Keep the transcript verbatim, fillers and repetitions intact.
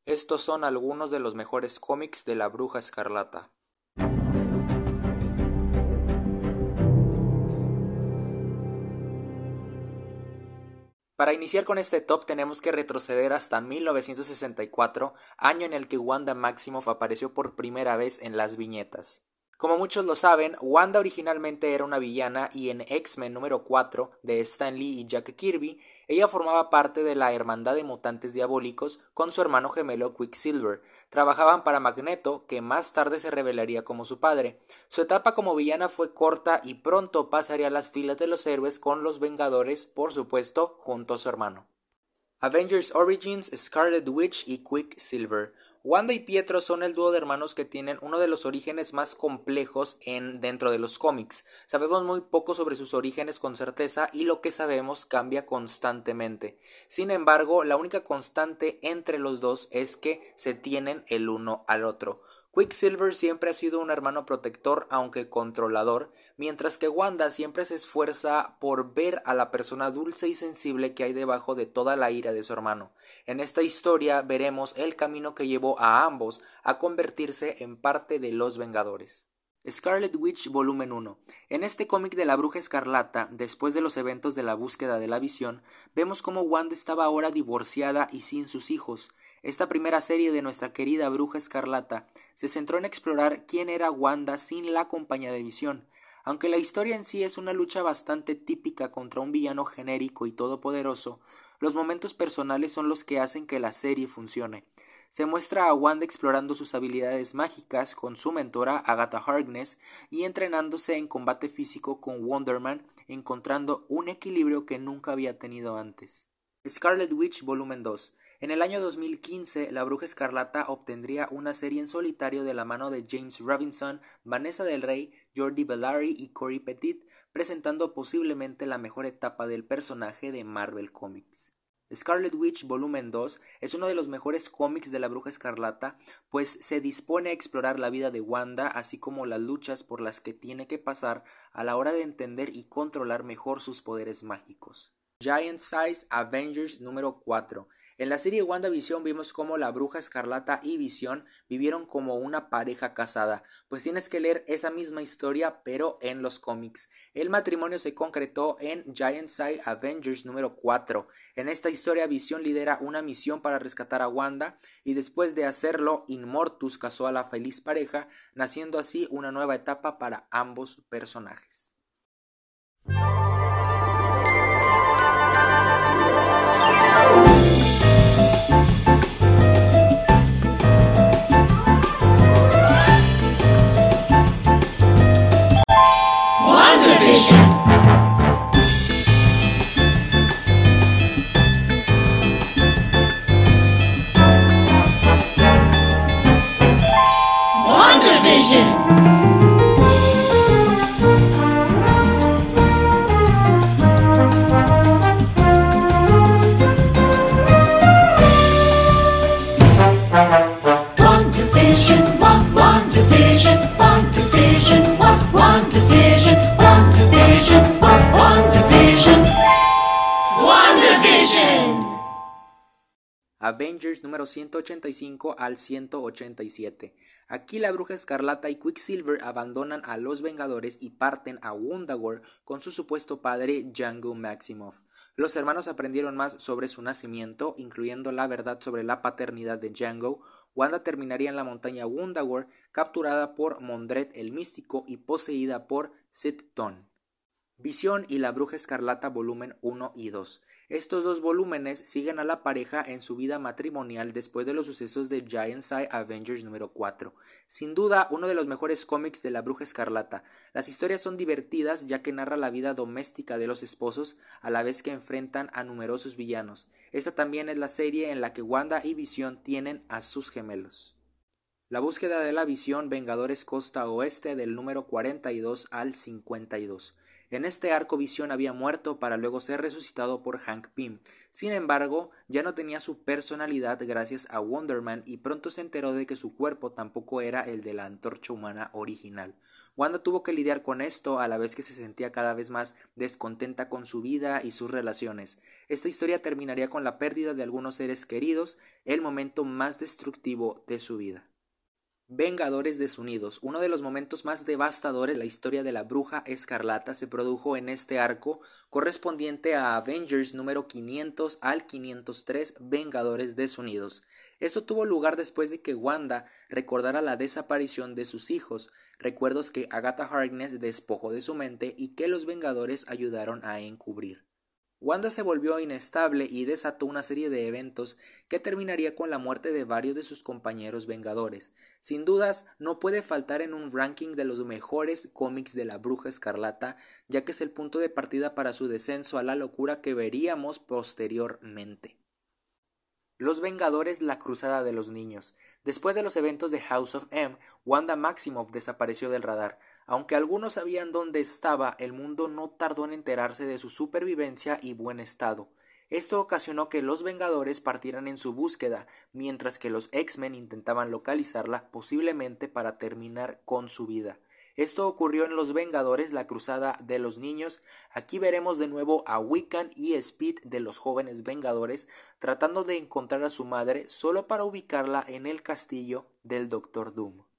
Estos son algunos de los mejores cómics de la Bruja Escarlata. Para iniciar con este top tenemos que retroceder hasta mil novecientos sesenta y cuatro, año en el que Wanda Maximoff apareció por primera vez en las viñetas. Como muchos lo saben, Wanda originalmente era una villana y en X-Men número cuatro de Stan Lee y Jack Kirby, ella formaba parte de la Hermandad de Mutantes Diabólicos con su hermano gemelo Quicksilver. Trabajaban para Magneto, que más tarde se revelaría como su padre. Su etapa como villana fue corta y pronto pasaría a las filas de los héroes con los Vengadores, por supuesto, junto a su hermano. Avengers Origins, Scarlet Witch y Quicksilver. Wanda y Pietro son el dúo de hermanos que tienen uno de los orígenes más complejos en, dentro de los cómics. Sabemos muy poco sobre sus orígenes con certeza y lo que sabemos cambia constantemente. Sin embargo, la única constante entre los dos es que se tienen el uno al otro. Quicksilver siempre ha sido un hermano protector aunque controlador, mientras que Wanda siempre se esfuerza por ver a la persona dulce y sensible que hay debajo de toda la ira de su hermano. En esta historia veremos el camino que llevó a ambos a convertirse en parte de los Vengadores. Scarlet Witch Volumen uno. En este cómic de la Bruja Escarlata, después de los eventos de la búsqueda de la Visión, vemos cómo Wanda estaba ahora divorciada y sin sus hijos. Esta primera serie de nuestra querida Bruja Escarlata se centró en explorar quién era Wanda sin la compañía de Visión. Aunque la historia en sí es una lucha bastante típica contra un villano genérico y todopoderoso, los momentos personales son los que hacen que la serie funcione. Se muestra a Wanda explorando sus habilidades mágicas con su mentora Agatha Harkness y entrenándose en combate físico con Wonder Man, encontrando un equilibrio que nunca había tenido antes. Scarlet Witch Volumen dos. En el año dos mil quince, la Bruja Escarlata obtendría una serie en solitario de la mano de James Robinson, Vanessa Del Rey, Jordi Bellary y Cory Petit, presentando posiblemente la mejor etapa del personaje de Marvel Comics. Scarlet Witch Volumen dos es uno de los mejores cómics de la Bruja Escarlata, pues se dispone a explorar la vida de Wanda, así como las luchas por las que tiene que pasar a la hora de entender y controlar mejor sus poderes mágicos. Giant Size Avengers número cuatro. En la serie WandaVision vimos cómo la Bruja Escarlata y Visión vivieron como una pareja casada, pues tienes que leer esa misma historia pero en los cómics. El matrimonio se concretó en Giant Size Avengers número cuatro. En esta historia Visión lidera una misión para rescatar a Wanda y después de hacerlo Immortus casó a la feliz pareja, naciendo así una nueva etapa para ambos personajes. Avengers número ciento ochenta y cinco al ciento ochenta y siete. Aquí la Bruja Escarlata y Quicksilver abandonan a los Vengadores y parten a Wundagore con su supuesto padre Django Maximoff. Los hermanos aprendieron más sobre su nacimiento, incluyendo la verdad sobre la paternidad de Django. Wanda terminaría en la montaña Wundagore, capturada por Mondred el Místico y poseída por Sith-Ton. Visión y la Bruja Escarlata volumen uno y dos. Estos dos volúmenes siguen a la pareja en su vida matrimonial después de los sucesos de Giant Size Avengers número cuatro. Sin duda, uno de los mejores cómics de la Bruja Escarlata. Las historias son divertidas ya que narra la vida doméstica de los esposos a la vez que enfrentan a numerosos villanos. Esta también es la serie en la que Wanda y Visión tienen a sus gemelos. La búsqueda de la Visión, Vengadores Costa Oeste del número cuarenta y dos al cincuenta y dos. En este arco Visión había muerto para luego ser resucitado por Hank Pym. Sin embargo, ya no tenía su personalidad gracias a Wonder Man y pronto se enteró de que su cuerpo tampoco era el de la Antorcha Humana original. Wanda tuvo que lidiar con esto a la vez que se sentía cada vez más descontenta con su vida y sus relaciones. Esta historia terminaría con la pérdida de algunos seres queridos, el momento más destructivo de su vida. Vengadores desunidos. Uno de los momentos más devastadores de la historia de la Bruja Escarlata se produjo en este arco, correspondiente a Avengers número quinientos al quinientos tres, Vengadores desunidos. Esto tuvo lugar después de que Wanda recordara la desaparición de sus hijos, recuerdos que Agatha Harkness despojó de su mente y que los Vengadores ayudaron a encubrir. Wanda se volvió inestable y desató una serie de eventos que terminaría con la muerte de varios de sus compañeros Vengadores. Sin dudas, no puede faltar en un ranking de los mejores cómics de la Bruja Escarlata, ya que es el punto de partida para su descenso a la locura que veríamos posteriormente. Los Vengadores, la Cruzada de los Niños. Después de los eventos de House of M, Wanda Maximoff desapareció del radar. Aunque algunos sabían dónde estaba, el mundo no tardó en enterarse de su supervivencia y buen estado. Esto ocasionó que los Vengadores partieran en su búsqueda, mientras que los X-Men intentaban localizarla, posiblemente para terminar con su vida. Esto ocurrió en Los Vengadores, la Cruzada de los Niños. Aquí veremos de nuevo a Wiccan y Speed de los jóvenes Vengadores tratando de encontrar a su madre solo para ubicarla en el castillo del Doctor Doom.